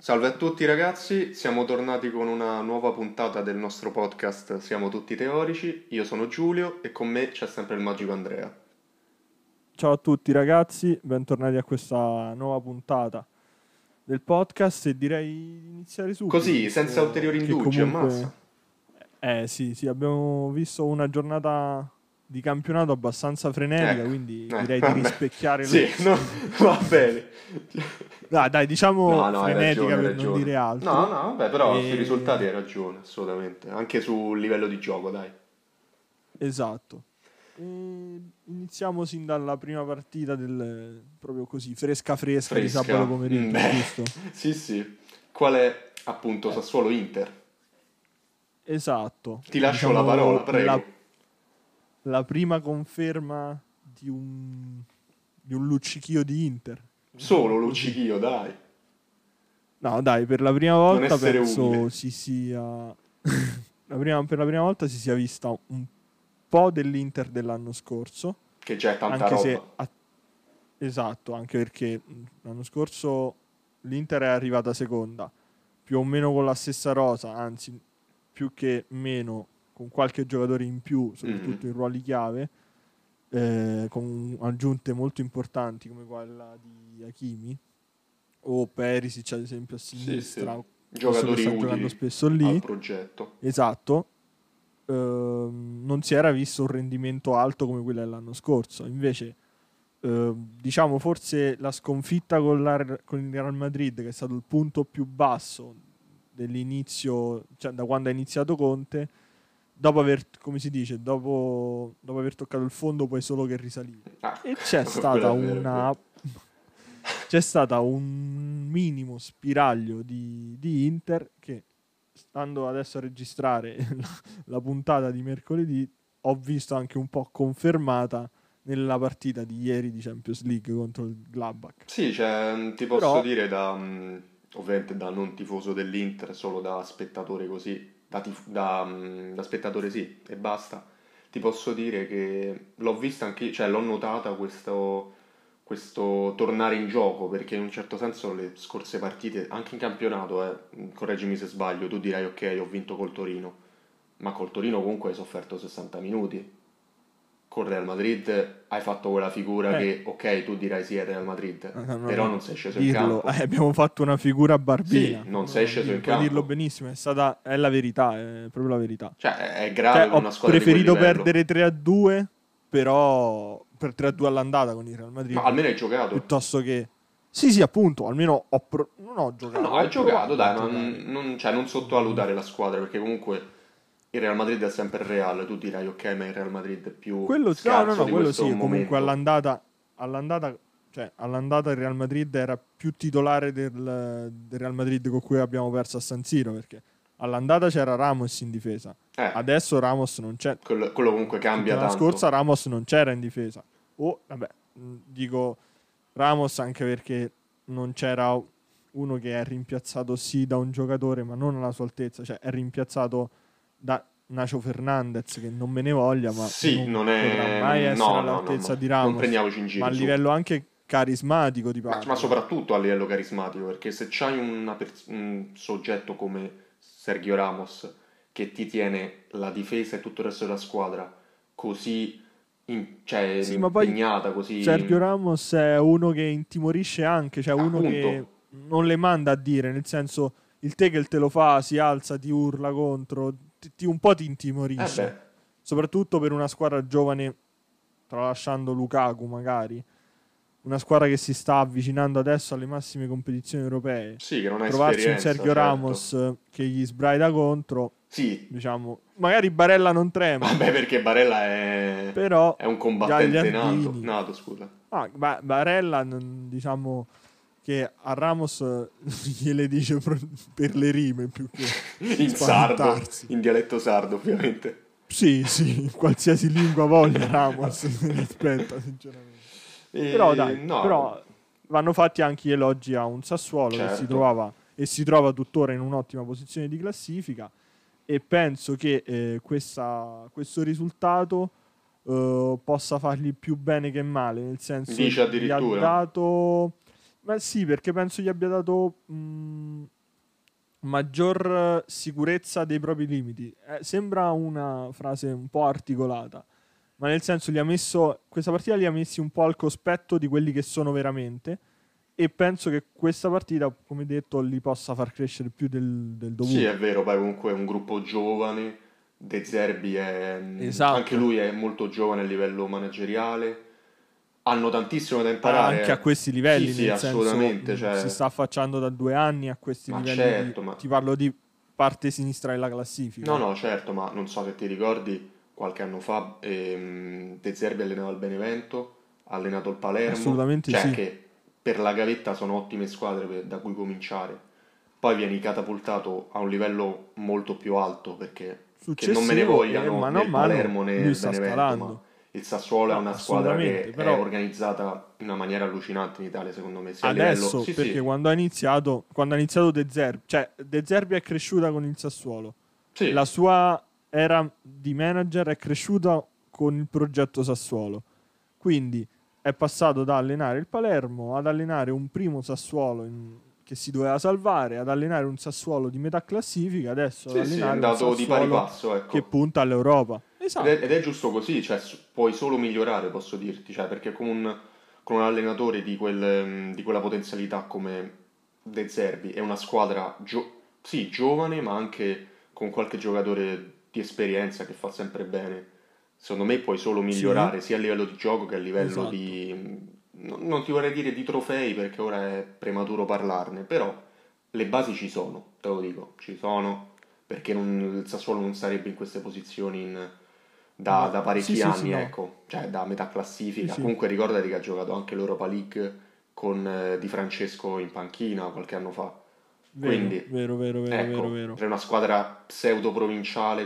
Salve a tutti ragazzi, siamo tornati con una nuova puntata del nostro podcast Siamo tutti teorici. Io sono Giulio e con me c'è sempre il magico Andrea. Ciao a tutti ragazzi, bentornati a questa nuova puntata del podcast e direi di iniziare subito, Così, senza visto ulteriori che indugi, ammazza. comunque sì, abbiamo visto una giornata di campionato abbastanza frenetica, Ecco, quindi direi di vabbè. rispecchiare Sì, no, va bene. Dai, diciamo No, hai frenetica ragione, hai per non ragione. dire No, altro. no, vabbè, però sui risultati E... hai ragione, assolutamente. Anche sul livello di gioco, dai. Esatto. E iniziamo sin dalla prima partita proprio così, fresca fresca di sabato Fresca. pomeriggio, Beh, giusto? sì, sì. Qual è, appunto, Eh, Sassuolo-Inter? Esatto, Ti lascio la parola, diciamo prego. la prima conferma di un luccichio di Inter, Solo diciamo così. luccichio, dai. No, dai, per la prima Non volta essere penso umile. si sia per la prima volta si sia vista un po' dell'Inter dell'anno scorso, Che già è tanta anche roba. se esatto, anche perché l'anno scorso l'Inter è arrivata seconda, più o meno con la stessa rosa, anzi più che meno con qualche giocatore in più, Mhm. soprattutto in ruoli chiave, con aggiunte molto importanti come quella di Hakimi o Perisic ad esempio a Sì, sì. sinistra, visto che Giocatori sta giocando utili spesso al lì. progetto. Esatto. Non si era visto un rendimento alto come quello dell'anno scorso, invece diciamo forse la sconfitta con il Real Madrid, che è stato il punto più basso dell'inizio, cioè da quando ha iniziato Conte, dopo aver, come si dice, dopo aver toccato il fondo puoi solo che risalire. Ah, E quello è vero, è vero. c'è stata un minimo spiraglio di Inter che, stando adesso a registrare la puntata di mercoledì, ho visto anche un po' confermata nella partita di ieri di Champions League contro il Gladbach. Sì, cioè, ti posso Però, dire ovviamente da non tifoso dell'Inter, solo da spettatore così, da spettatore sì, e basta. Ti posso dire che l'ho vista anche, cioè l'ho notata questo tornare in gioco, perché in un certo senso le scorse partite, anche in campionato, correggimi se sbaglio, tu dirai ok, ho vinto col Torino, ma col Torino comunque hai sofferto 60 minuti. Con Real Madrid hai fatto quella figura eh, che, ok, tu dirai sì, è Real Madrid, però non sei sceso in dirlo, campo. abbiamo fatto una figura Sì, barbina. non No, sei no, sceso in puoi dirlo campo. benissimo, è la verità, è proprio la verità. Cioè, è grave Cioè, per ho una squadra di quel preferito livello. perdere 3-2, però per 3-2 all'andata con il Real Ma Madrid, almeno hai giocato. piuttosto che... Sì, sì, appunto, almeno non ho No, giocato, ho hai giocato, provato a dai, giocare. cioè, non Mm. sottovalutare la squadra, perché comunque il Real Madrid è sempre il Real. Tu dirai, ok, ma il Real Madrid è più scarso No, di quello questo sì, comunque momento. all'andata, cioè, all'andata il Real Madrid era più titolare del Real Madrid con cui abbiamo perso a San Siro, perché all'andata c'era Ramos in difesa, Eh, adesso Ramos non c'è. quello comunque cambia Settimana scorsa tanto. Ramos non c'era in difesa. Vabbè, dico Ramos anche perché non c'era uno che è rimpiazzato sì da un giocatore, ma non alla sua altezza, cioè è rimpiazzato da Nacho Fernandez, che non me ne voglia, ma Sì, non potrà mai essere no, no, no, all'altezza no, di non Ramos, prendiamoci in ma a giro su. livello anche carismatico ti Ma parlo. soprattutto a livello carismatico, perché se c'hai un soggetto come Sergio Ramos che ti tiene la difesa e tutto il resto della squadra così cioè, Sì, ma poi impegnata, Sergio così Ramos è uno che intimorisce anche, cioè uno che appunto, non le manda a dire, nel senso il Tegel te lo fa, si alza, ti urla contro, un po' ti eh beh, intimorisce, soprattutto per una squadra giovane, tralasciando Lukaku magari, una squadra che si sta avvicinando adesso alle massime competizioni europee. sì, che non ha Trovarsi un esperienza, Sergio certo. Ramos che gli sbraida contro, Sì, diciamo, magari Barella non trema, vabbè perché Barella però è un combattente nato, Gagliardini. nato, scusa. Barella, diciamo che a Ramos gliele dice per le rime più che In sardo, spaventarsi. in dialetto sardo ovviamente. Sì, sì, in qualsiasi lingua voglia Ramos ne rispetta, sinceramente. Però E dai, no, però vanno fatti anche gli elogi a un Sassuolo che si certo. trovava e si trova tuttora in un'ottima posizione di classifica e penso che questo risultato possa fargli più bene che male, nel senso Dice gli ha addirittura. dato Ma sì, perché penso gli abbia dato maggior sicurezza dei propri limiti. Sembra una frase un po' articolata, ma nel senso questa partita li ha messi un po' al cospetto di quelli che sono veramente, e penso che questa partita, come detto, li possa far crescere più del Sì, è dovuto. vero, poi comunque è un gruppo giovane, De Zerbi è, anche Esatto. lui è molto giovane a livello manageriale, hanno tantissimo da Anche a imparare, questi sì livelli, sì, nel senso, assolutamente, si cioè, sta affacciando da 2 anni a questi ma livelli certo, ma ti parlo di parte sinistra della no, classifica. no, certo, ma non so se ti ricordi, qualche anno fa De Zerbi allenava il Benevento, ha allenato il Palermo, Assolutamente cioè sì. che per la gavetta sono ottime squadre da cui cominciare. Poi vieni catapultato a un livello molto più alto, perché che non me ne Successivo, e vogliano mano né a il mano Palermo né lui il sta Benevento, ma scalando. il Sassuolo è No, una squadra che assolutamente, è però organizzata in una maniera allucinante in Italia, secondo me, sia a livello... adesso, Sì, perché sì, quando ha iniziato De Zerbi, cioè De Zerbi è cresciuta con il Sassuolo, la sì, sua era di manager è cresciuta con il progetto Sassuolo, quindi è passato da allenare il Palermo ad allenare un primo Sassuolo che si doveva salvare, ad allenare un Sassuolo di metà classifica, adesso ad sì, sì, è allenare un andato di pari Sassuolo passo, che ecco. punta all'Europa. Ed è Esatto. giusto così, cioè puoi solo migliorare, posso dirti, cioè, perché con un allenatore di quella potenzialità come De Zerbi è una squadra, sì, giovane, ma anche con qualche giocatore di esperienza che fa sempre bene. Secondo me puoi solo Sì, migliorare sia a livello di gioco che a livello esatto. di... non ti vorrei dire di trofei perché ora è prematuro parlarne, però le basi ci sono, te lo dico, ci sono, perché il Sassuolo non sarebbe in queste posizioni Ma da sì, parecchi sì, sì, anni, no. ecco, cioè da metà Sì, classifica. sì. Comunque ricordati che ha giocato anche l'Europa League con Di Francesco in panchina qualche anno fa. Vero, Quindi, vero, vero, vero, vero, ecco, vero. per una squadra pseudo-provinciale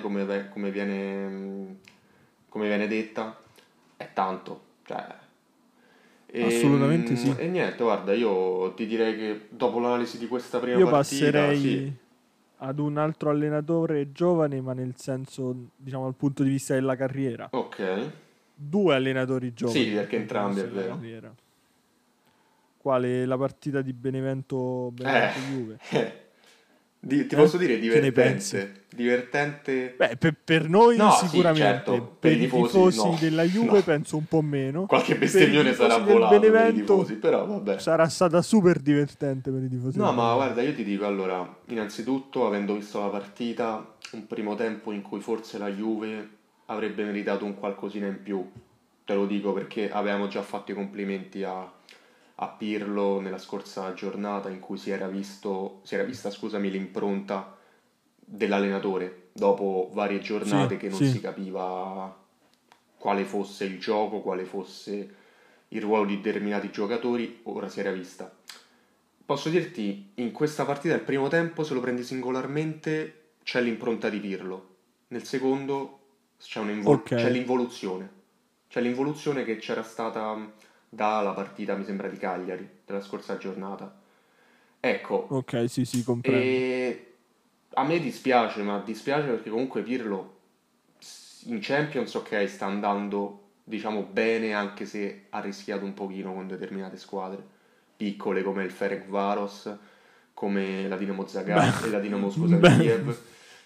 come viene detta, è tanto. Cioè, Assolutamente sì. e niente, guarda, io ti direi che dopo l'analisi di questa prima Io partita, sì, passerei ad un altro allenatore giovane, ma nel senso, diciamo, dal punto di vista della carriera. ok. Due allenatori Sì, giovani dal perché punto di entrambi è vista della vero. carriera. Quale la partita di Benevento, Eh, Benevento-Juve. eh, ti posso dire Che ne pensi? divertente. Divertente. Beh, per noi No, sì, sicuramente, certo, per i per i tifosi no, tifosi della no. Juve penso un po' meno, Qualche per i bestemmione sarà tifosi del volato per i tifosi, Benevento però vabbè. sarà stata super divertente per i tifosi del No, ma guarda, Benevento. io ti dico allora, innanzitutto, avendo visto la partita, un primo tempo in cui forse la Juve avrebbe meritato un qualcosina in più. Te lo dico perché avevamo già fatto i complimenti a Pirlo nella scorsa giornata in cui si era vista, scusami, l'impronta dell'allenatore dopo varie Sì, giornate che non sì. si capiva quale fosse il gioco, quale fosse il ruolo di determinati giocatori, ora si era vista. Posso dirti, in questa partita, il primo tempo, se lo prendi singolarmente, c'è l'impronta di Pirlo. Nel secondo Ok, c'è l'involuzione. C'è l'involuzione che c'era stata dalla partita, mi sembra, di Cagliari, della scorsa giornata. Ecco, ok, sì, sì, comprendo. e a me dispiace, ma dispiace perché comunque Pirlo in Champions, ok, sta andando, diciamo, bene, anche se ha rischiato un pochino con determinate squadre piccole come il Ferencváros, come la Dinamo Beh, Zagreb, la Dinamo, scusami, beh, Kiev.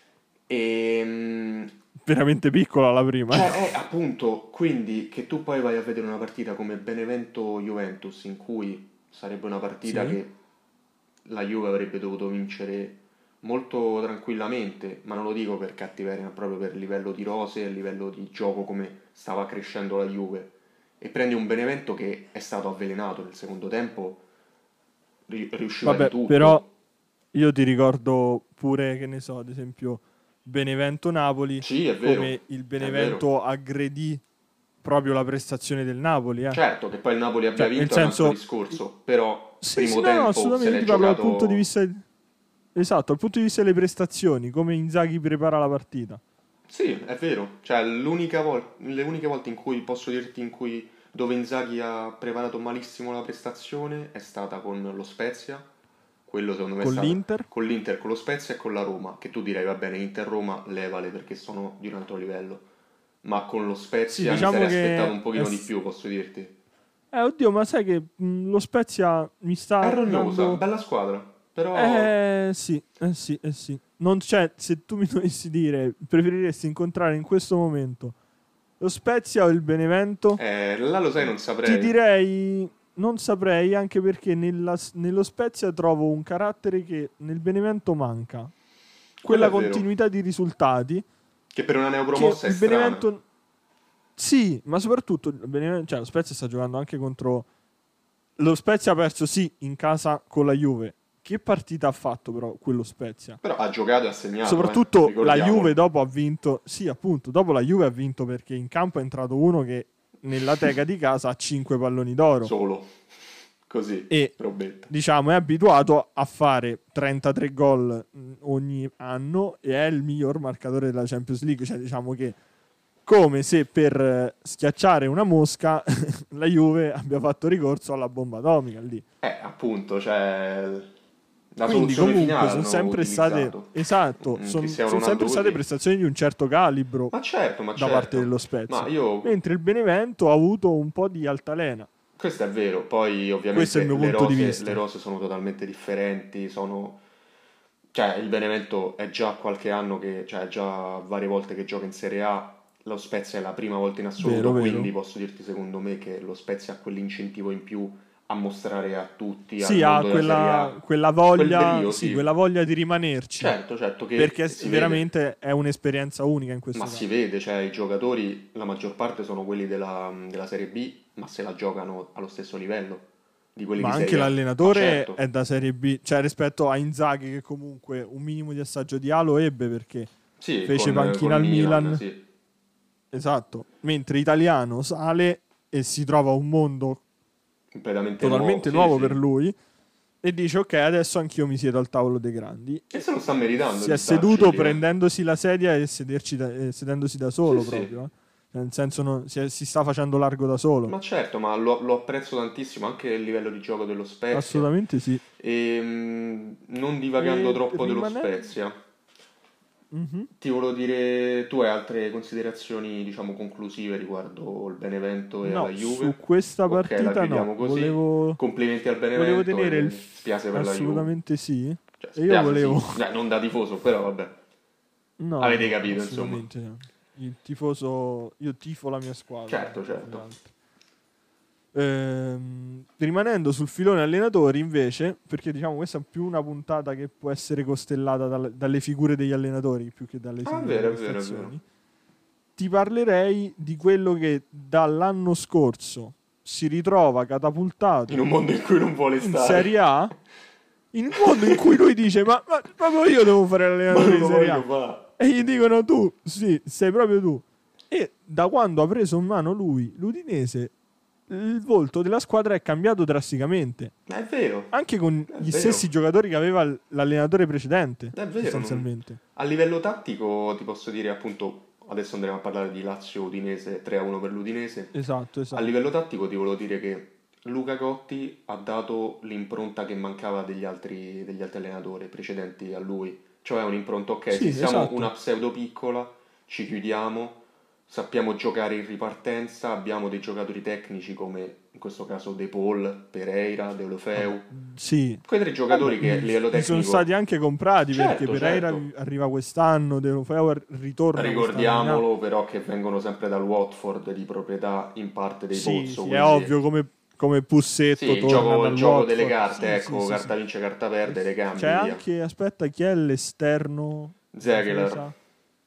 E veramente piccola la prima. cioè, è appunto, quindi che tu poi vai a vedere una partita come Benevento-Juventus, in cui sarebbe una partita Sì. che la Juve avrebbe dovuto vincere molto tranquillamente, ma non lo dico per cattiveria, ma proprio per livello di rose e livello di gioco come stava crescendo la Juve. E prendi un Benevento che è stato avvelenato nel secondo tempo, riusciva di Vabbè, però tutto. io ti ricordo pure, che ne so, ad esempio Benevento-Napoli, Sì, è vero, come il è vero. Benevento aggredì proprio la prestazione del Napoli, eh. Certo, che poi il Napoli abbia Cioè, nel vinto è un altro senso, discorso, però sì, sì, primo no, no, tempo se assolutamente, io l'è ti parlo dal punto di giocato. vista, esatto, dal punto di vista delle prestazioni, come Inzaghi prepara la partita. Sì, è vero, cioè le uniche volte in cui posso dirti in cui dove Inzaghi ha preparato malissimo la prestazione è stata con lo Spezia, quello secondo me è Con stato l'Inter? con l'Inter, con lo Spezia e con la Roma, che tu direi va bene, Inter-Roma levale perché sono di un altro livello, ma con lo Sì, Spezia mi sarei diciamo aspettato che un pochino di più, posso dirti. Oddio, ma sai che lo Spezia mi È sta rognosa, dando... bella squadra, però Sì, sì, sì. Non c'è, se tu mi dovessi dire, preferiresti incontrare in questo momento lo Spezia o il Benevento? là lo sai non Ti saprei. direi, non saprei, anche perché nello Spezia trovo un carattere che nel Benevento manca. Quello Quella è vero, continuità di risultati che per una che neopromossa è il strana. Benevento... Sì, ma soprattutto cioè, lo Spezia sta giocando anche contro... Lo Spezia ha perso, sì, in casa con la Juve. Che partita ha fatto però quello Spezia? Però ha giocato e ha segnato, Soprattutto la Juve ricordiamolo. dopo ha vinto, sì, appunto, dopo la Juve ha vinto perché in campo è entrato uno che nella teca di casa ha 5 palloni d'oro Solo, così, e robetta. diciamo è abituato a fare 33 gol ogni anno e è il miglior marcatore della Champions League, cioè diciamo che come se per schiacciare una mosca la Juve abbia fatto ricorso alla bomba atomica lì. Appunto, cioè, la Quindi soluzione comunque finale sono hanno sempre state, utilizzato. esatto, Cristiano sono Ronaldo sempre state così. prestazioni di un certo calibro Ma certo, ma da parte certo. dello Ma Spezia, io, mentre il Benevento ha avuto un po' di altalena. questo è vero, poi Questo è il ovviamente mio punto di le vista. rose sono totalmente differenti, sono... Cioè, il Benevento è già qualche anno che, cioè, è già varie volte che gioca in Serie A, lo Spezia è la prima volta in Vero, assoluto, quindi vero. posso dirti secondo me che lo Spezia ha quell'incentivo in più a mostrare a tutti, al Sì, ha mondo della Serie A, quella quel voglia, brio, sì, sì. quella voglia di rimanerci, Certo, certo, che perché si vede. veramente è un'esperienza unica in Ma questo si caso. vede, cioè i giocatori, la maggior parte sono quelli della Serie B, ma se la giocano allo stesso livello di quelli Ma di anche Serie A. Ma l'allenatore certo, è da Serie B, cioè rispetto a Inzaghi che comunque un minimo di assaggio di A lo ebbe perché sì, fece panchina col al Milan, Milan, sì. esatto, mentre Italiano sale e si trova un mondo Completamente nuovo, totalmente sì, nuovo per sì. lui e dice ok, adesso anch'io mi siedo al tavolo dei grandi E e se lo sta meritando si di è seduto starci, eh. prendendosi la sedia e sedendosi da Sì, solo sì. proprio. Cioè, nel senso si sta facendo largo da solo. Ma certo, ma lo apprezzo tantissimo anche il livello di gioco dello Spezia. Assolutamente sì. E non divagando E troppo dello rimanendo... Spezia, Mhm. ti volevo dire, tu hai altre considerazioni, diciamo, conclusive riguardo il Benevento e alla No, su Juve? questa Ok, la partita no. chiudiamo così. Complimenti al Volevo Benevento tenere e spiace per la Juve. assolutamente sì. Cioè, E io spiace volevo... sì, non da tifoso, però vabbè. No, Avete no, capito, insomma. assolutamente no. Il tifoso... Io tifo la mia squadra, Certo, più che certo. altro. Rimanendo sul filone allenatori invece, perché diciamo questa è più una puntata che può essere costellata dalle figure degli allenatori più che dalle Ah, è singole vero, è vero, è vero. prestazioni, ti parlerei di quello che dall'anno scorso si ritrova In catapultato un mondo in cui non vuole in stare. Serie A, in un mondo in cui lui dice ma proprio io devo fare Ma l'allenatore non di lo Serie voglio A. fare. E gli dicono tu, sì, sei proprio tu. E da quando ha preso in mano lui l'Udinese, il volto della squadra è cambiato drasticamente. Ma è vero, Anche con è gli vero, stessi giocatori che aveva l'allenatore precedente, è vero. sostanzialmente. A livello tattico ti posso dire appunto, adesso andremo a parlare di Lazio-Udinese, 3-1 per l'Udinese. Esatto, A esatto. livello tattico ti volevo dire che Luca Gotti ha dato l'impronta che mancava degli altri allenatori precedenti a lui. Cioè un'impronta, ok, Sì, sì, siamo una esatto. pseudo piccola, ci chiudiamo, sappiamo giocare in ripartenza, abbiamo dei giocatori tecnici come in questo caso De Paul, Pereira, Vabbè, Deulofeu, sì. quei tre Vabbè, giocatori che a livello gli sono stati tecnico, anche comprati perché certo, Pereira certo, arriva quest'anno, De Lofeu ritorna quest'anno in A. ricordiamolo però che vengono sempre dal Watford di proprietà in parte dei Sì, Pozzo, sì, è quindi ovvio come sì, Pussetto torna il dal gioco delle Watford. carte, Sì, sì, ecco, sì, sì. carta vince, carta perde, le C'è cambi, via. anche, aspetta, chi è l'esterno Zegeler, difesa?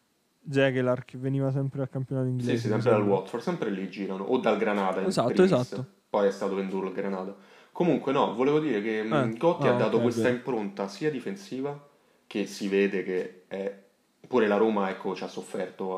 Zegelar che veniva sempre al campionato sì, sì, inglese, mi sempre dal sembra. Watford, sempre lì girano, o dal Granada in Esatto, primis, esatto. poi è stato venduto il Granada. Comunque no, volevo dire che Gotti ha Ok, dato è questa vero. impronta sia difensiva, che si vede che è... Pure la Roma, ecco, ci ha sofferto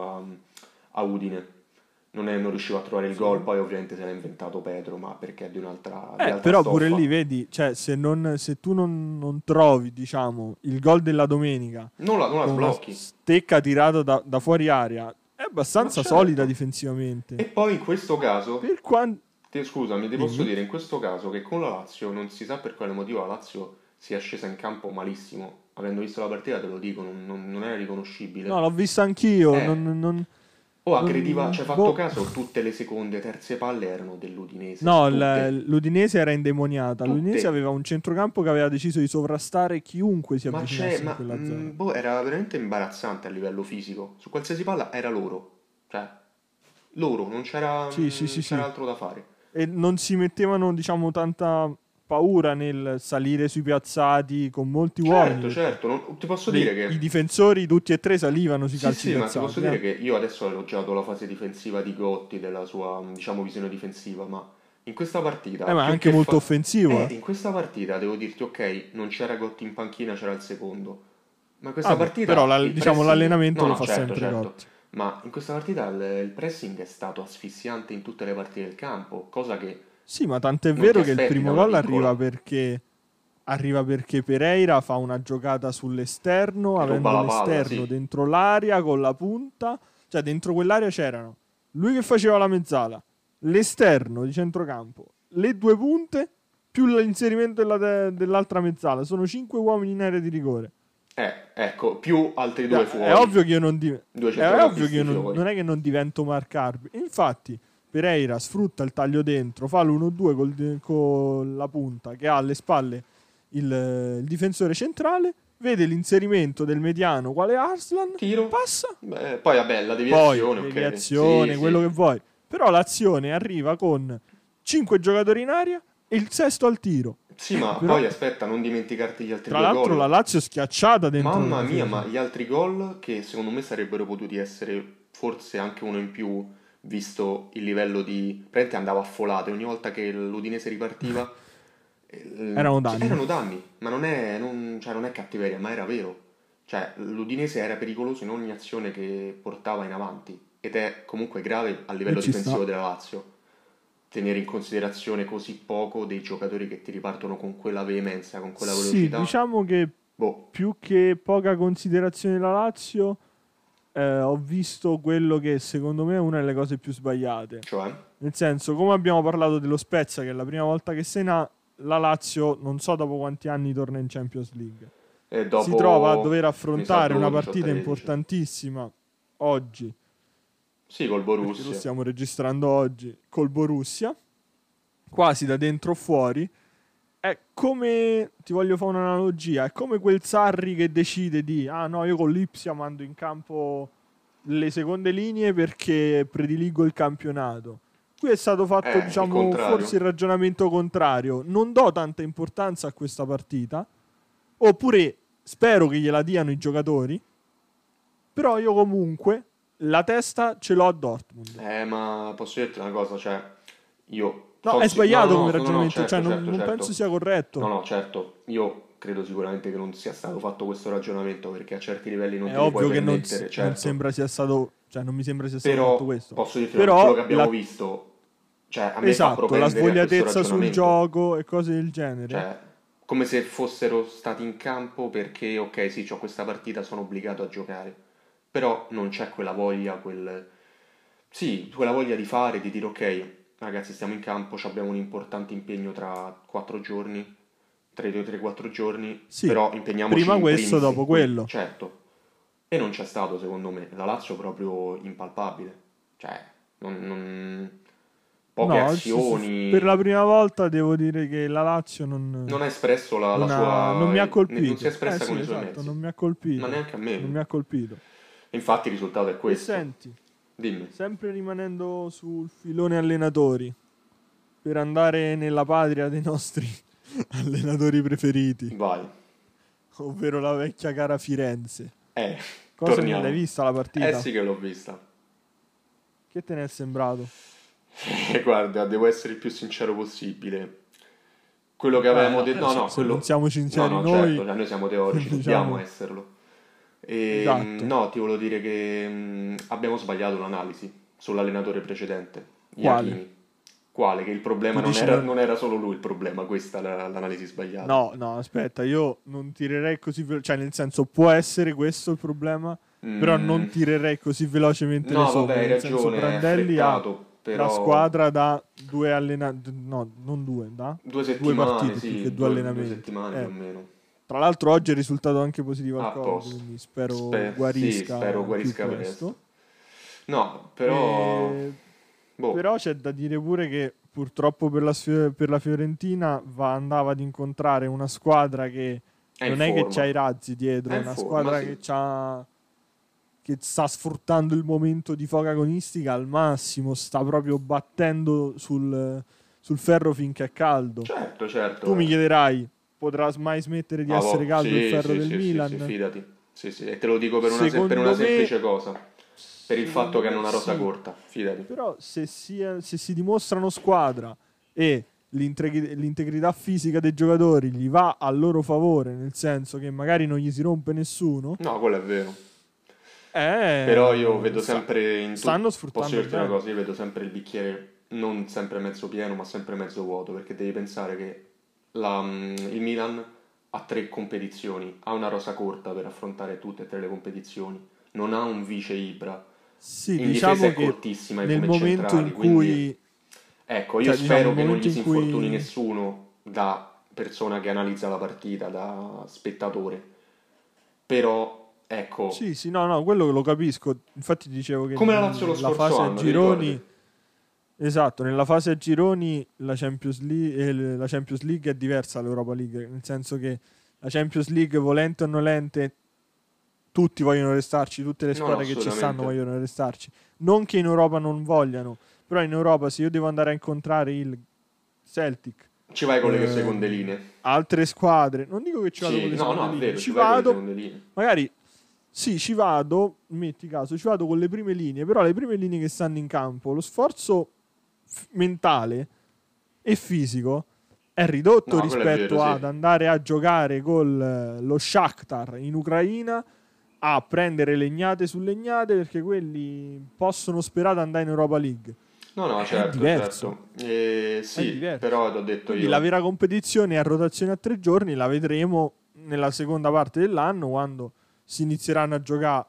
a Udine. Non riusciva a trovare il gol, Sì. poi ovviamente se l'ha inventato Pedro, ma perché è di altra Però pure lì, stoffa. vedi, cioè, se tu non trovi, diciamo, il gol della domenica Non la con una sblocchi, stecca tirata da fuori aria, è ma abbastanza solida certo. difensivamente. E poi in questo caso, Per quanto... scusami, ti posso Dimmi. dire in questo caso che con la Lazio non si sa per quale motivo la Lazio sia scesa in campo malissimo. Avendo visto la partita te lo dico, non era No, riconoscibile. l'ho vista anch'io. Eh, O aggrediva, ci hai fatto Boh. caso, tutte le seconde, terze palle erano dell'Udinese. No, Tutte, l'Udinese era indemoniata. L'Udinese tutte. aveva un centrocampo che aveva deciso di sovrastare chiunque si Ma c'è, avvicinasse in ma quella zona. boh, era veramente imbarazzante a livello fisico. Su qualsiasi palla era loro. Cioè, loro, Sì, sì, non sì, c'era sì. altro da fare. E non si mettevano, diciamo, tanta paura nel salire sui piazzati con molti uomini Certo, perché certo, ti posso dire i che... difensori tutti e tre salivano sui Sì, calci sì, ma ti posso piazzati, eh. dire che io adesso ho elogiato la fase difensiva di Gotti, della sua, diciamo, visione difensiva, ma in questa partita, Ma più anche che molto offensivo, eh. In questa partita devo dirti, ok, non c'era Gotti in panchina, c'era il secondo. Ma in questa Vabbè, però partita il diciamo pressing... l'allenamento No, lo no, fa certo, sempre certo. Gotti. Ma in questa partita il pressing è stato asfissiante in tutte le parti del campo, cosa che Sì, ma tant'è non ti vero che il aspetti da primo una gol piccola. arriva perché Pereira fa una giocata sull'esterno, E ruba avendo la palla, l'esterno sì. dentro l'area con la punta, cioè dentro quell'area c'erano lui che faceva la mezzala, l'esterno di centrocampo, le due punte più l'inserimento dell'altra mezzala, sono 5 uomini in area di rigore. Ecco, più altri Cioè, due è fuori, ovvio che io non due è ovvio che io centrocampisti fuori. non è che non divento Mark Harper. Infatti, Pereira sfrutta il taglio dentro, fa l'1-2 con la punta che ha alle spalle il difensore centrale, vede l'inserimento del mediano quale Arslan, Tiro. passa, Beh, poi vabbè, la poi deviazione, ok. Sì, deviazione, quello sì. che vuoi. Però l'azione arriva con 5 giocatori in aria e il sesto al tiro. Sì, ma Però, poi aspetta, non dimenticarti gli altri tra due l'altro, la gol. Lazio schiacciata dentro le Mamma mia, ma difese. gli altri gol che secondo me sarebbero potuti essere forse anche uno in più, visto il livello di... Praticamente andava a folate, ogni volta che l'Udinese ripartiva Erano danni. erano danni, ma cioè, non è cattiveria, ma era vero. Cioè, l'Udinese era pericoloso in ogni azione che portava in avanti ed è comunque grave a E livello ci sta. difensivo della Lazio tenere in considerazione così poco dei giocatori che ti ripartono con quella veemenza, con quella Sì, velocità. diciamo che Boh, più che poca considerazione della Lazio, ho visto quello che secondo me è una delle cose più sbagliate. cioè, Nel senso, come abbiamo parlato dello Spezia, che è la prima volta che se n'ha, la Lazio non so dopo quanti anni torna in Champions League. e Si trova a dopo dover mi sa affrontare una 12 o partita 13. importantissima oggi, Sì, col perché lo Borussia. stiamo registrando oggi, col Borussia, quasi da dentro o fuori. È come, ti voglio fare un'analogia, è come quel Sarri che decide di, ah no, io con l'Ipsia mando in campo le seconde linee perché prediligo il campionato. Qui è stato fatto, Il diciamo, forse il contrario. ragionamento contrario. Non do tanta importanza a questa partita, oppure spero che gliela diano i giocatori, però io comunque la testa ce l'ho a Dortmund. Ma posso dirti una cosa, cioè, io... No, è No, sbagliato no, come no, no, ragionamento, cioè certo, certo, non penso certo. sia No, corretto. no, certo. Io credo sicuramente che non sia stato fatto questo ragionamento perché a certi livelli non È te li puoi ovvio che permettere, non certo. sembra sia stato, cioè non mi sembra sia stato fatto Però questo. posso dirti quello che Però abbiamo visto, cioè, a me fa esatto, la propendere a questo svogliatezza sul ragionamento. gioco e cose del genere. Cioè, come se fossero stati in campo perché, ok, sì, ho questa partita, sono obbligato a giocare. Però non c'è quella voglia, Sì, quella voglia di fare, di dire, ok, ragazzi, stiamo in campo, abbiamo un importante impegno tra 4 giorni, 3-4 giorni, Sì, però impegniamoci prima in questo, primis dopo in qui, quello. certo. E non c'è stato, secondo me. La Lazio proprio impalpabile. Cioè, poche No, per azioni. la prima volta devo dire che la Lazio Non ha espresso la non sua... mi ha Non si è colpito. Eh espressa con sì, i suoi esatto, mezzi. non mi ha Ma colpito. neanche a Non me. mi ha colpito. Infatti il risultato è E questo. senti, Dimmi. sempre rimanendo sul filone allenatori, per andare nella patria dei nostri allenatori preferiti, Vai. ovvero la vecchia cara Firenze. Eh, Cosa l'hai torniamo. vista la partita? Sì che l'ho vista. Che te ne è sembrato? Guarda, devo essere il più sincero possibile. Quello che avevamo No, detto... No, no, se non quello... siamo No, sinceri no, certo, noi, cioè, noi siamo teorici, dobbiamo diciamo, esserlo. esatto. No, ti volevo dire che abbiamo sbagliato l'analisi sull'allenatore precedente, Quale? Iachini. Quale? Che il problema Tu dici non... non era solo lui il problema, questa è l'analisi sbagliata. No, no, aspetta, io non tirerei così cioè nel senso può essere questo il problema, però non Mm, tirerei così velocemente le no, vabbè, somme, hai nel senso ragione, è Prandelli ha affrettato, la però squadra da due allenamenti, no, non due, da due due settimane, partite più che sì, due due allenamenti. settimane più o meno. Tra l'altro oggi è risultato anche positivo al A Covid, posto. quindi spero Sì, guarisca spero al più guarisca presto. presto. No, però... E- Boh, Però c'è da dire pure che purtroppo per la Fiorentina andava ad incontrare una squadra che è in non è che c'ha forma. i razzi È dietro, è in una forma, squadra sì. che sta sfruttando il momento di foga agonistica al massimo, sta proprio battendo sul ferro finché è caldo. Certo, Tu certo. mi chiederai, potrà mai smettere di Ah, essere boh, caldo il sì, ferro sì, del sì, sì, sì, Milan? fidati. Sì, sì, e te lo dico per una Secondo me, semplice cosa. Per il fatto secondo che hanno me una rosa sì. corta, fidati. Però se si dimostrano squadra e l'integrità fisica dei giocatori gli va a loro favore, nel senso che magari non gli si rompe nessuno, No, quello è vero. Però io vedo sempre in stanno tutto... Posso sfruttando dirti una bene. cosa, io vedo sempre il bicchiere non sempre mezzo pieno, ma sempre mezzo vuoto, perché devi pensare che il Milan ha tre competizioni, ha una rosa corta per affrontare tutte e tre le competizioni, non ha un vice Ibra, Sì, in difesa diciamo è che cortissima nel come momento in centrali, quindi cui, ecco, io cioè diciamo, spero il che non momento gli in si infortuni cui nessuno da persona che analizza la partita, da spettatore, però ecco, sì, sì, no, no, quello lo capisco. Infatti dicevo che come la Lazio lo la scorso fase a anno, ti ricordi? gironi, esatto, nella fase a gironi la Champions League è diversa dall'Europa League, nel senso che la Champions League, volente o nolente, tutti vogliono restarci, tutte le No, no, squadre che ci stanno assolutamente. vogliono restarci. Non che in Europa non vogliano, però in Europa se io devo andare a incontrare il Celtic, Ci vai con le seconde ehm, linee. altre squadre, non dico che ci vado con Sì, le no, seconde no, è linee, vero, ci ci vai con le vado, seconde linee. magari sì, ci vado, metti caso, ci vado con le prime linee, però le prime linee che stanno in campo, lo sforzo mentale e fisico è ridotto No, quello è vero, rispetto sì. ad andare a giocare con lo Shakhtar in Ucraina a prendere legnate su legnate perché quelli possono sperare di andare in Europa League. No, no, È certo, diverso, certo. è Sì, diverso. però ti ho detto Quindi la io, vera competizione a rotazione a 3 giorni la vedremo nella seconda parte dell'anno quando si inizieranno a giocare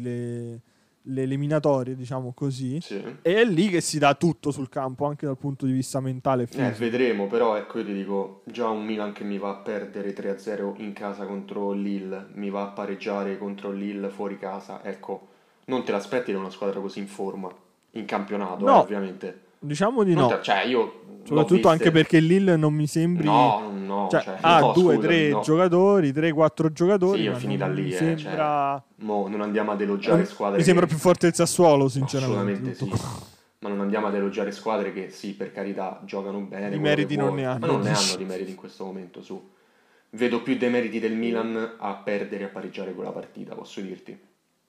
le eliminatorie, diciamo così. sì. E è lì che si dà tutto sul campo, anche dal punto di vista mentale e fisico. Vedremo, però ecco, io ti dico, già un Milan che mi va a perdere 3-0 in casa contro Lille, mi va a pareggiare contro Lille fuori casa, ecco, non te l'aspetti da una squadra così in forma, in campionato, No, ovviamente. diciamo di Non no. te- cioè, io l'ho Soprattutto anche viste, perché Lille non mi sembri. no, no, Cioè, cioè, ha no, due, scusami, tre no. giocatori, 3, 4 Sì, giocatori, è ma finita non mi lì, cioè, sembra. mo non andiamo ad elogiare Mi squadre sembra più che... forte il Sassuolo, sinceramente. Assolutamente Tutto sì, qua. ma non andiamo ad elogiare squadre che sì, per carità, giocano Di bene, quello che meriti non vuoi, ne ma hanno, non ne hanno dici. di meriti in questo momento, su. Vedo più dei meriti del Milan a perdere e a pareggiare quella partita, posso dirti.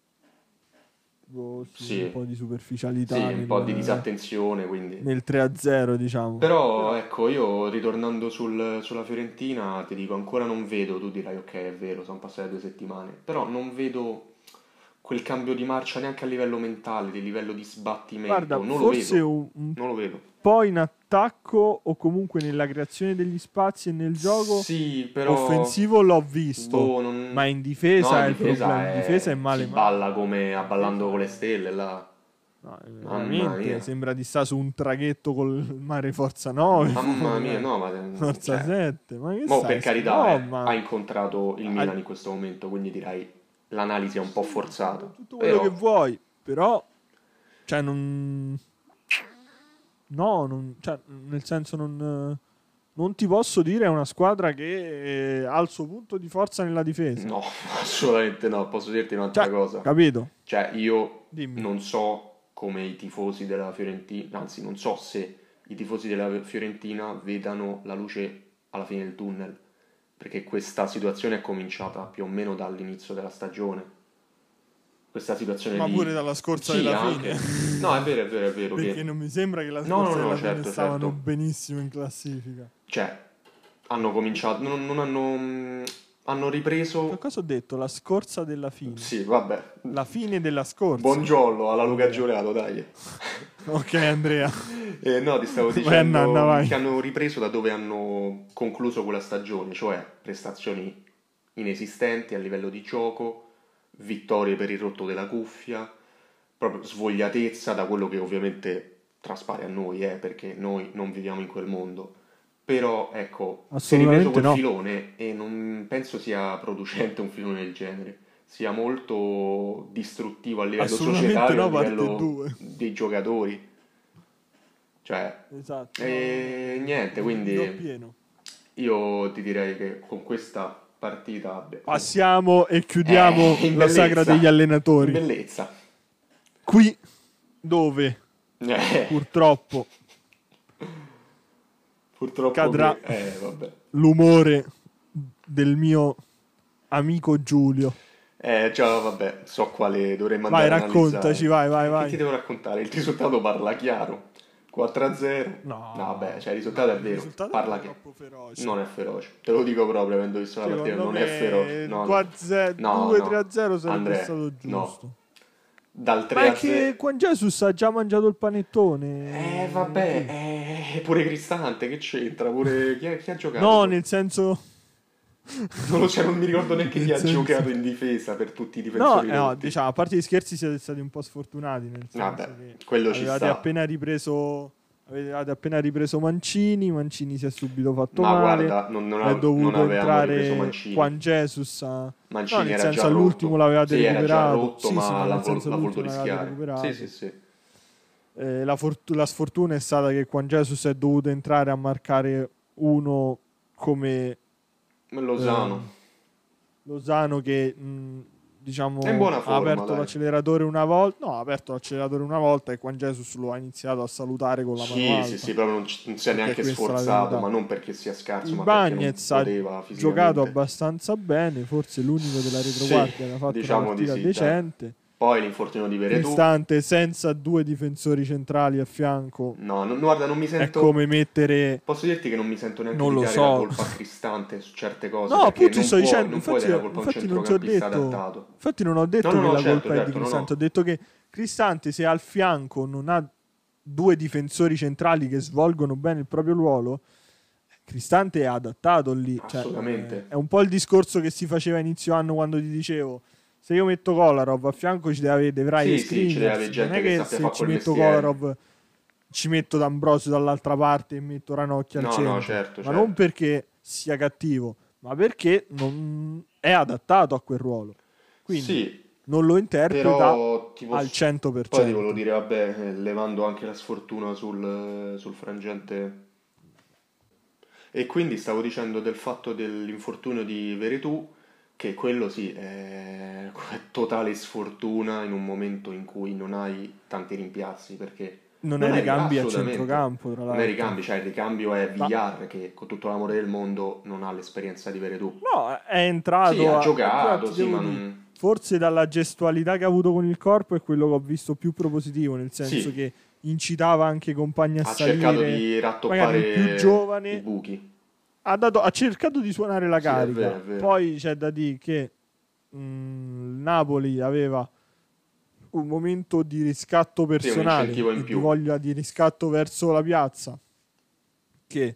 Boh, sì, un Sì, po' di sì, superficialità un po' di disattenzione, quindi... nel 3-0, diciamo. Però, Però. ecco, io ritornando sulla Fiorentina, ti dico, ancora non vedo, tu dirai, ok, è vero, sono passate 2 settimane, però non vedo quel cambio di marcia neanche a livello mentale, di livello di Guarda, sbattimento, non lo forse vedo, un non lo vedo. po' in attacco o comunque nella creazione degli spazi e nel gioco Sì, però, offensivo l'ho visto, boh, ma non... in No, difesa in è il problema. difesa In difesa è si male balla male. come a In Ballando difesa con le è. stelle, là. No, Mamma veramente mia, sembra di stare su un traghetto col mare Forza 9, mamma mia, pure, no, ma... Forza Cioè, 7. Ma che mo per stai? carità, No, ha ma incontrato il al- Milan in questo momento, quindi direi l'analisi è un po' sì, forzata, tutto quello che però... vuoi, però cioè non. No, cioè, nel senso non ti posso dire è una squadra che ha il suo punto di forza nella difesa. No, assolutamente no, posso dirti un'altra Cioè, cosa. capito? Cioè, io Dimmi. non so come i tifosi della Fiorentina, anzi, non so se i tifosi della Fiorentina vedano la luce alla fine del tunnel, perché questa situazione è cominciata più o meno dall'inizio della stagione. Questa situazione Ma pure di... dalla scorsa Sì, della fine. anche. No, è vero, è vero, è vero Perché che... non mi sembra che la No, no, scorsa no, della fine certo, stavano certo. benissimo in classifica. Cioè, hanno cominciato... Non hanno... Hanno Che ripreso... cosa ho detto? La scorsa della fine. Sì, vabbè. La fine della scorsa. Buongiorno alla Luca Andrea. Giurato, dai. Ok, Andrea. No, ti stavo Vai a nanna, dicendo che vai. hanno ripreso da dove hanno concluso quella stagione, cioè prestazioni inesistenti a livello di gioco, vittorie per il rotto della cuffia, proprio svogliatezza da quello che ovviamente traspare a noi, perché noi non viviamo in quel mondo. Però ecco, si è ripreso Assolutamente quel no. filone e non penso sia producente un filone del genere. sia molto distruttivo a livello Assolutamente societario, a no, parte livello 2. dei giocatori. Cioè, Esatto, no, e niente, vi do quindi pieno. io ti direi che con questa partita, Passiamo e chiudiamo in la sagra degli bellezza, in allenatori. bellezza. Qui dove Eh, purtroppo purtroppo cadrà che, vabbè. l'umore del mio amico Giulio. Già, vabbè, so quale dovremmo Vai, andare a raccontaci, analizzare. vai, vai, Che ti vai. devo raccontare? Il risultato parla chiaro. 4-0. No, vabbè, No, cioè il risultato no, è il vero. risultato è un Parla po' che troppo feroce. non è feroce. Te lo dico proprio, avendo visto la partita, Secondo non è feroce. me No, no. 2-3-0 No. sarebbe Andrea, stato no. giusto. Dal Ma è 3-0. che Juan Jesus ha già mangiato il panettone. Vabbè, Chi? pure Cristante, che c'entra? Pure chi ha giocato No, poi? nel senso... Non mi ricordo neanche chi Nel ha senso... giocato in difesa per tutti i No, difensori no, rotti. diciamo, a parte gli scherzi siete stati un po' sfortunati, nel Vabbè, senso che quello ci sta. avevate appena ripreso Mancini si è subito fatto Ma male, guarda, è non dovuto avevamo ripreso entrare Mancini. Juan Jesus no, Mancini nel era già senso all'ultimo rotto. l'avevate Sì, era già recuperato, rotto, sì, ma ma l'ha nel senso voluto all'ultimo l'avevate rischiare. Sì, sì, recuperato. sì. La sfortuna è stata che Juan Jesus è dovuto entrare a marcare uno come Lozano. ehm, Lozano che È in diciamo buona ha forma, aperto dai. l'acceleratore una volta, no, ha aperto l'acceleratore una volta e Juan Jesus lo ha iniziato a salutare con la mano Sì, sì, alta, sì, proprio non si è perché neanche questa è la sforzato, verità. ma non perché sia scarso, ma perché non Ibañez ha poteva giocato fisicamente. abbastanza bene, forse l'unico della Sì, retroguardia che ha fatto una diciamo di partita sì, dai. decente. Poi l'infortunio di Veretù. Cristante senza due difensori centrali a fianco No, guarda, non mi è sento. come mettere, Posso dirti che non mi sento neanche non di lo dare la so. colpa a Cristante su certe cose, No, perché appunto ti sto dicendo, non puoi dare la colpa a un infatti non ti ho centrocampista detto, adattato. infatti non ho No, detto no, che no, la certo, colpa è di certo, no, Cristante, ho no. detto che Cristante se al fianco non ha due difensori centrali che svolgono bene il proprio ruolo, Cristante è adattato lì, cioè, Assolutamente. è un po' il discorso che si faceva a inizio anno quando ti dicevo se io metto Kolarov a fianco dovrà avere Sì, sì, ci deve Skriniar, avere non è gente che che sappia se fare ci quel metto mestiere. Kolarov ci metto D'Ambrosio dall'altra parte e metto Ranocchia al No, no, centro, certo, ma non certo. perché sia cattivo, ma perché non è adattato a quel ruolo. Quindi Sì, non lo interpreta però al poi ti volevo 100%. dire, vabbè, levando anche la sfortuna sul frangente. E quindi stavo dicendo del fatto dell'infortunio di Veretù, che quello sì, è totale sfortuna in un momento in cui non hai tanti rimpiazzi, perché Non non hai hai ricambi a assolutamente, centrocampo, tra non hai l'altro. ricambi, cioè il ricambio è Ma Villar che con tutto l'amore del mondo non ha l'esperienza di Veretù. no, è Sì, ha entrato però giocato, ti sì, devo ma dire, non. forse dalla gestualità che ha avuto con il corpo è quello che ho visto più propositivo, nel senso Sì, che incitava anche i compagni a ha cercato salire, di magari il più rattoppare i giovane buchi. ha cercato di suonare la Sì, è vero, carica. è vero. Poi c'è da dire che il Napoli aveva un momento di riscatto Sì, un personale incentivo in e di più. voglia di riscatto verso la piazza che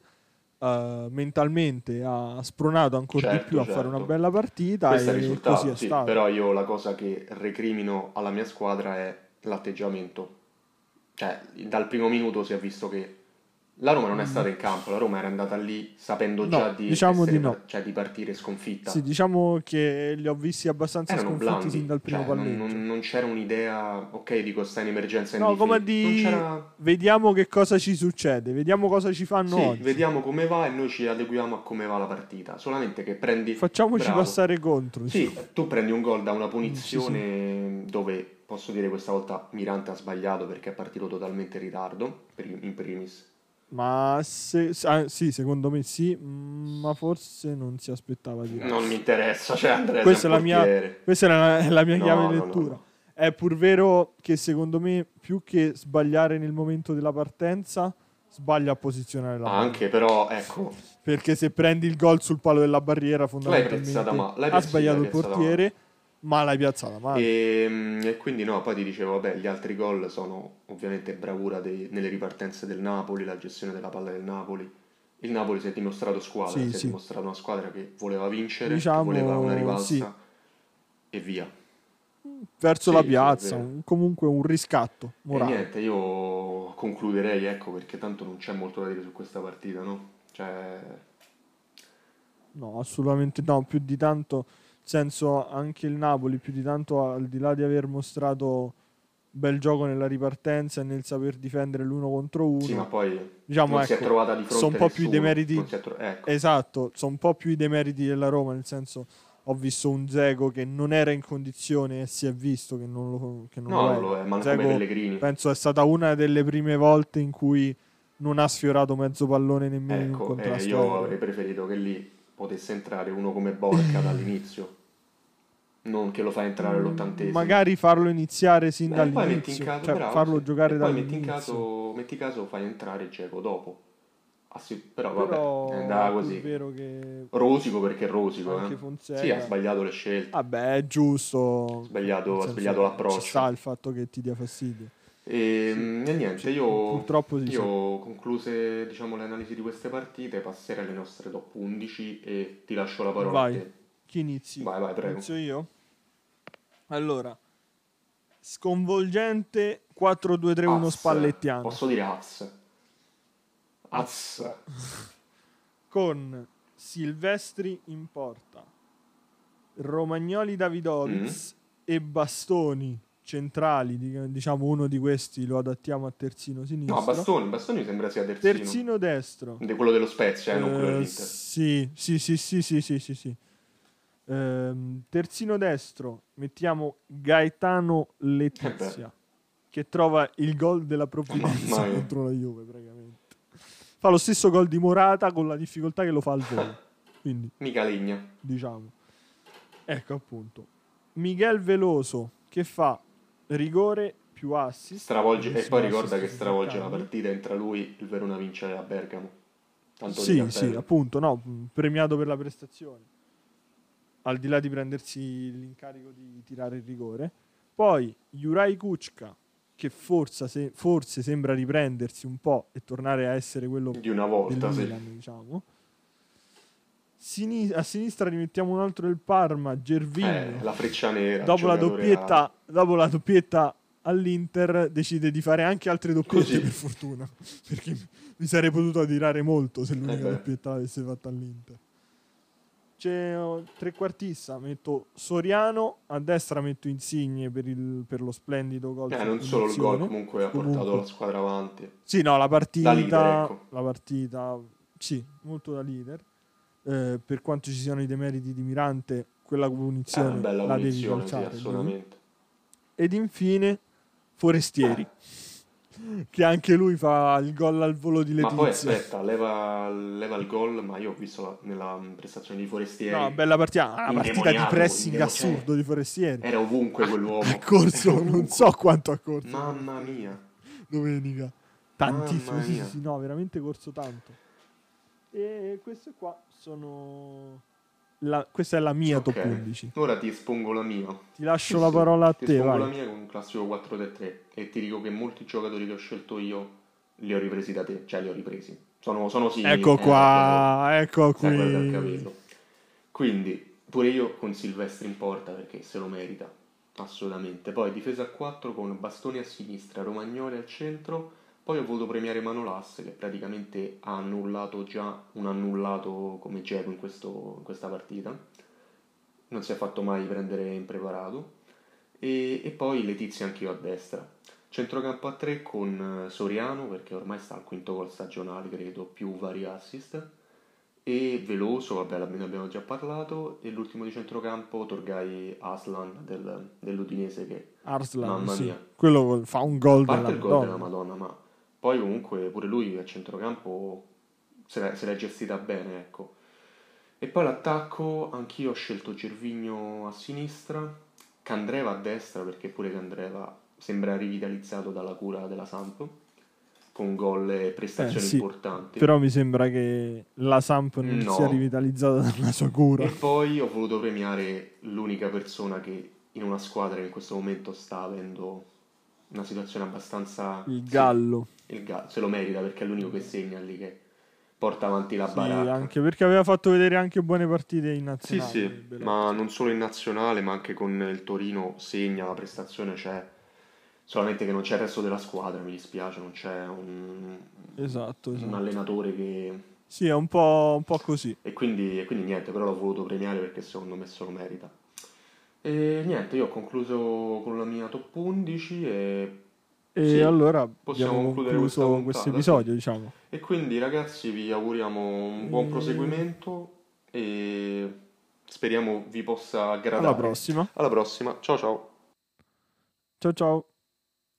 mentalmente ha spronato ancora di più Certo, a fare una certo. bella partita Questo è il e così risultato, è sì, stato. però io la cosa che recrimino alla mia squadra è l'atteggiamento. Cioè, dal primo minuto si è visto che la Roma non è Mm, stata in campo, la Roma era andata lì sapendo già no, di diciamo di no. cioè di partire sconfitta. Sì, diciamo che li ho visti abbastanza Erano sconfitti sin blandi, dal primo cioè palleggio. non c'era un'idea, ok, dico sta in emergenza in No, come a difesa. Non di c'era. vediamo che cosa ci succede, vediamo cosa ci fanno Sì, oggi. vediamo come va e noi ci adeguiamo a come va la partita. Solamente che prendi. Facciamoci Bravo. passare contro, Sì, diciamo. tu prendi un gol da una Sì, sì. punizione dove posso dire questa volta Mirante ha sbagliato perché è partito totalmente in ritardo, in primis. Ma sì, secondo me sì, ma forse non si aspettava di Non mi Rassi. interessa, cioè Andrea sei un Questa è portiere. è la mia chiave No, di no, no, lettura. no. È pur vero che secondo me, più che sbagliare nel momento della partenza, sbaglia a posizionare la palla. Anche però, ecco, Perché se prendi il gol sul palo della barriera, fondamentalmente ha l'hai sbagliato il piazzata male. portiere, ma l'hai piazzata male. E quindi no, poi ti dicevo, vabbè, gli altri gol sono ovviamente bravura nelle ripartenze del Napoli, la gestione della palla del Napoli. Il Napoli si è dimostrato squadra, Sì, si è sì. dimostrato una squadra che voleva vincere, che voleva una Diciamo sì, rivalsa e via. verso la Sì, sì, è piazza, vero. comunque un riscatto E morale. niente, io concluderei, ecco, perché tanto non c'è molto da dire su questa partita, no? Cioè, No, assolutamente no, più di tanto senso, anche il Napoli più di tanto, al di là di aver mostrato bel gioco nella ripartenza e nel saper difendere l'uno contro Sì, ma uno, poi diciamo, non si è ecco, trovata di sono un fronte po' più i nessuno. demeriti. Ecco. Esatto, sono un po' più i demeriti della Roma, nel senso, ho visto un Dzeko che non era in condizione e si è visto che non No, lo non era. lo è, ma come Dzeko Pellegrini. penso è stata una delle prime volte in cui non ha sfiorato mezzo pallone nemmeno in un Ecco, contrasto io aereo. avrei preferito che lì potesse entrare uno come Borca dall'inizio, non che lo fa entrare all'80°. Magari farlo iniziare sin E poi metti in dall'inizio, caso, cioè bravo, sì. farlo E giocare poi dall'inizio. metti caso fai entrare Dzeko dopo. Ah, sì, però vabbè, è Però andata è pur così. vero che Rosico perché è rosico, eh. anche Sì, ha Fonseca, sbagliato le scelte, vabbè, è giusto, nel ha sbagliato senso ci l'approccio. sta il fatto che ti dia fastidio. Sì, E niente, purtroppo sì. io concluse, diciamo, le analisi di queste partite, passerei alle nostre top 11 e ti lascio la parola a Vai, te. chi inizi? Vai, prego. Inizio io? Allora, sconvolgente 4-2-3-1 Az, spallettiano. posso dire Az. Az. Az. Con Silvestri in porta, Romagnoli Mm? Davidovic e Bastoni centrali, diciamo uno di questi lo adattiamo a terzino No, sinistro. Bastoni mi sembra sia terzino. Terzino destro. Quello dello Spezia, non quello dell'Inter. Sì. Terzino destro mettiamo Gaetano E beh, Letizia, che trova il gol della mamma provvidenza mia. contro la Juve praticamente. Fa lo stesso gol di Morata con la difficoltà che lo fa al volo. Quindi, Mica legna. diciamo. Ecco appunto. Miguel Veloso che fa rigore più assist. Stravolge, e Bellissimo poi ricorda assist che su stravolge la Zaccagni. partita, entra lui, il Verona vince a Bergamo. Tanto di Sì, cappello. appunto, no, premiato per la prestazione. Al di là di prendersi l'incarico di tirare il rigore. Poi Juraj Kucka, che forse sembra riprendersi un po' e tornare a essere quello Di una del volta, sì. Milan, diciamo. A sinistra rimettiamo un altro del Parma, Gervinho. La freccia nera, il Dopo giocatore a... dopo la doppietta all'Inter decide di fare anche altre Sì, doppiette sì. per fortuna, perché mi sarei potuto tirare molto se l'unica Beh. doppietta l'avesse fatta all'Inter. C'è trequartista, metto Soriano, a destra metto Insigne per lo splendido gol su Non solo il gol, punizione. comunque ha portato Comunque, la squadra avanti. sì, no, Da leader, ecco. la partita, sì, molto da leader. Per quanto ci siano i demeriti di Mirante, quella È una punizione bella la devi punizione, sì, calciare lui. assolutamente. Ed infine Forestieri, che anche lui fa il gol al volo di Ma poi Letizia. aspetta, leva il gol, ma io ho visto nella prestazione di No, Forestieri bella partita, una partita di indemoniato, pressing cioè, assurdo di Forestieri. era ovunque Ha quell'uomo, era corso, non ovunque. so quanto ha corso Mamma Forestieri mia, domenica. Tantissimo, mamma mia. sì, no, veramente corso tanto. E queste qua sono... questa è la mia top Ok, 11. ora ti espongo la mia. Ti lascio Sì, la sì, parola a ti te, espongo la vai. mia con un classico 4-3-3 e ti dico che molti giocatori che ho scelto io li ho ripresi da te, cioè li ho ripresi. Sono simili, Ecco guarda, qua, ecco stai a guardare il qui. capello. Quindi, pure io con Silvestri in porta perché se lo merita, assolutamente. Poi difesa a 4 con Bastoni a sinistra, Romagnoli al centro. Poi ho voluto premiare Manolas che praticamente ha annullato già un annullato come Dzeko in questa partita. Non si è fatto mai prendere impreparato. E poi Letizia anch'io a destra. Centrocampo a 3 con Soriano perché ormai sta al quinto gol stagionale, credo, più vari assist. E Veloso, vabbè, ne abbiamo già parlato. E l'ultimo di centrocampo, Torgai Aslan dell'Udinese che, Arslan, mamma sì. mia, Quello fa un a gol della parte il gol della Madonna. Madonna, ma poi comunque pure lui a centrocampo se l'è gestita bene, ecco. E poi l'attacco, anch'io ho scelto Gervinho a sinistra, Candreva a destra perché pure Candreva sembra rivitalizzato dalla cura della Samp, con gol e prestazioni Sì, importanti. però mi sembra che la Samp non sia No. rivitalizzata dalla sua cura. E poi ho voluto premiare l'unica persona che in una squadra che in questo momento sta avendo una situazione abbastanza... Il Sì, Gallo. se lo merita perché è l'unico che segna lì, che porta avanti la Sì, baracca. anche perché aveva fatto vedere anche buone partite in Sì, nazionale. sì, ma Belotti. non solo in nazionale, ma anche con il Torino segna, la prestazione c'è, solamente che non c'è il resto della squadra, mi dispiace, non c'è Esatto. un allenatore Sì, è un po' così. E quindi niente, però l'ho voluto premiare perché secondo me se lo merita. E niente, io ho concluso con la mia top 11 e E sì, allora possiamo abbiamo concludere questa concluso questo puntata, sì. episodio, diciamo. E quindi ragazzi vi auguriamo un buon E proseguimento e speriamo vi possa alla aggradare. prossima. Alla prossima, ciao ciao! Ciao ciao.